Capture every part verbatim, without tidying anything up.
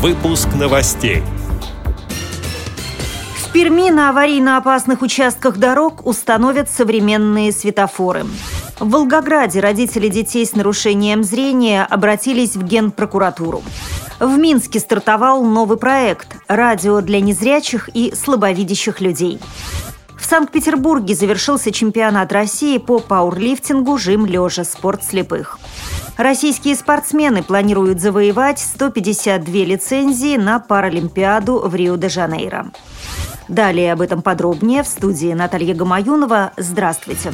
Выпуск новостей. В Перми на аварийно опасных участках дорог установят современные светофоры. В Волгограде родители детей с нарушением зрения обратились в Генпрокуратуру. В Минске стартовал новый проект «Радио для незрячих и слабовидящих людей». В Санкт-Петербурге завершился чемпионат России по пауэрлифтингу жим-лежа «Спорт слепых». Российские спортсмены планируют завоевать сто пятьдесят две лицензии на Паралимпиаду в Рио-де-Жанейро. Далее об этом подробнее в студии Наталья Гамаюнова. Здравствуйте.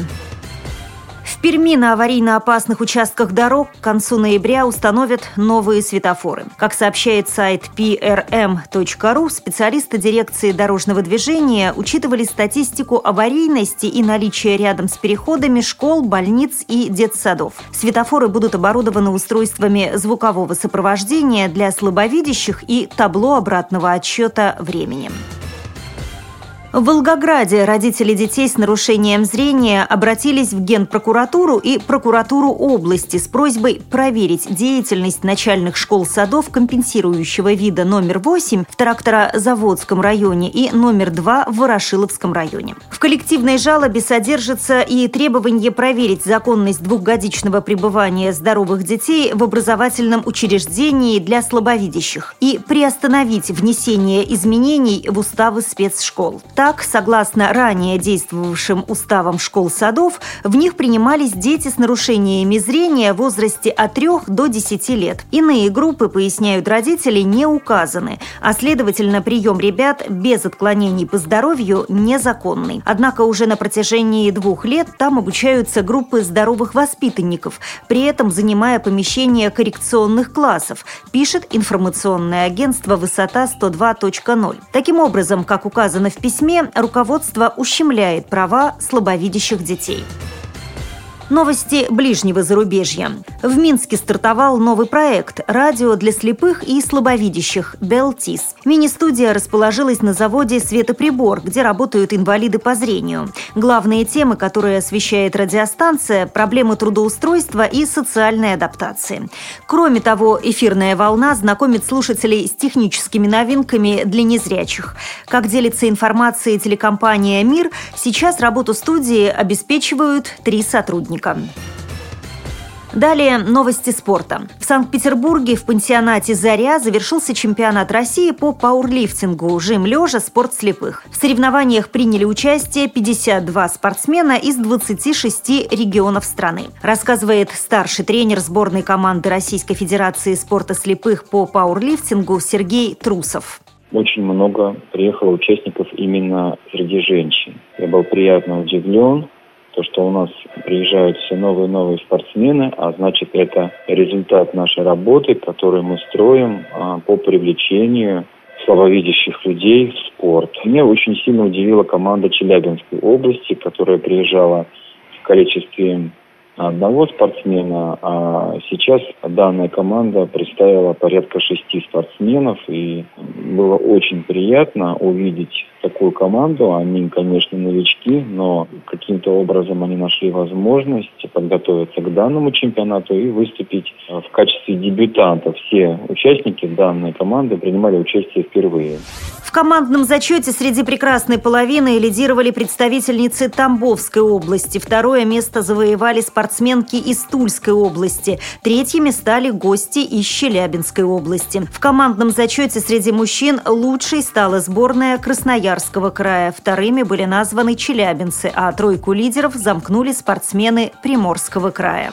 В Перми на аварийно опасных участках дорог к концу ноября установят новые светофоры. Как сообщает сайт пи эр эм точка ру, специалисты дирекции дорожного движения учитывали статистику аварийности и наличие рядом с переходами школ, больниц и детсадов. Светофоры будут оборудованы устройствами звукового сопровождения для слабовидящих и табло обратного отсчета времени. В Волгограде родители детей с нарушением зрения обратились в Генпрокуратуру и Прокуратуру области с просьбой проверить деятельность начальных школ-садов компенсирующего вида номер восемь в Тракторозаводском районе и номер два в Ворошиловском районе. В коллективной жалобе содержится и требование проверить законность двухгодичного пребывания здоровых детей в образовательном учреждении для слабовидящих и приостановить внесение изменений в уставы спецшкол. Так, согласно ранее действовавшим уставам школ-садов, в них принимались дети с нарушениями зрения в возрасте от трёх до десяти лет. Иные группы, поясняют родители, не указаны, а, следовательно, прием ребят без отклонений по здоровью незаконный. Однако уже на протяжении двух лет там обучаются группы здоровых воспитанников, при этом занимая помещение коррекционных классов, пишет информационное агентство «Высота сто два точка ноль». Таким образом, как указано в письме, руководство ущемляет права слабовидящих детей. Новости ближнего зарубежья. В Минске стартовал новый проект «Радио для слепых и слабовидящих» «Белтис». Мини-студия расположилась на заводе «Светоприбор», где работают инвалиды по зрению. Главные темы, которые освещает радиостанция – проблемы трудоустройства и социальной адаптации. Кроме того, эфирная волна знакомит слушателей с техническими новинками для незрячих. Как делится информацией телекомпания «Мир», сейчас работу студии обеспечивают три сотрудника. Далее новости спорта. В Санкт-Петербурге в пансионате «Заря» завершился чемпионат России по пауэрлифтингу жим-лежа «Спорт слепых». В соревнованиях приняли участие пятьдесят два спортсмена из двадцати шести регионов страны. Рассказывает старший тренер сборной команды Российской Федерации спорта слепых по пауэрлифтингу Сергей Трусов. Очень много приехало участников именно среди женщин. Я был приятно удивлен. То, что у нас приезжают все новые и новые спортсмены, а значит, это результат нашей работы, которую мы строим а, по привлечению слабовидящих людей в спорт. Меня очень сильно удивила команда Челябинской области, которая приезжала в количестве одного спортсмена, а сейчас данная команда представила порядка шести спортсменов, и было очень приятно увидеть такую команду. Они, конечно, новички, но каким-то образом они нашли возможность подготовиться к данному чемпионату и выступить в качестве дебютантов. Все участники данной команды принимали участие впервые. В командном зачете среди прекрасной половины лидировали представительницы Тамбовской области. Второе место завоевали спортсменки из Тульской области. Третьими стали гости из Челябинской области. В командном зачете среди мужчин лучшей стала сборная Красноярского края. Вторыми были названы челябинцы, а тройку лидеров замкнули спортсмены Приморского края.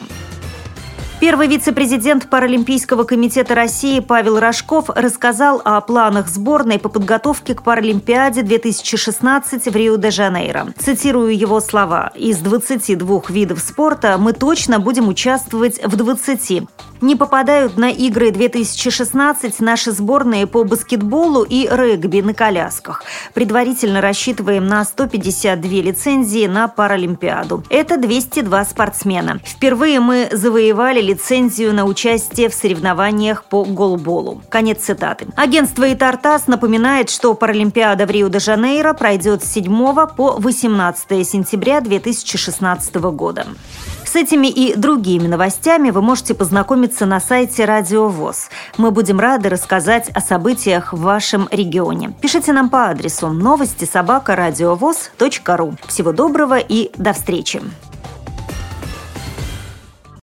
Первый вице-президент Паралимпийского комитета России Павел Рожков рассказал о планах сборной по подготовке к Паралимпиаде две тысячи шестнадцать в Рио-де-Жанейро. Цитирую его слова: «Из двадцати двух видов спорта мы точно будем участвовать в двадцати. Не попадают на игры две тысячи шестнадцать наши сборные по баскетболу и регби на колясках. Предварительно рассчитываем на сто пятьдесят две лицензии на Паралимпиаду. Это двести два спортсмена. Впервые мы завоевали лицензию на участие в соревнованиях по голболу». Конец цитаты. Агентство «Итартас» напоминает, что Паралимпиада в Рио-де-Жанейро пройдет с седьмого по восемнадцатое сентября две тысячи шестнадцатого года. С этими и другими новостями вы можете познакомиться на сайте Радио ВОС. Мы будем рады рассказать о событиях в вашем регионе. Пишите нам по адресу новости собака радиовос точка ру. Всего доброго и до встречи!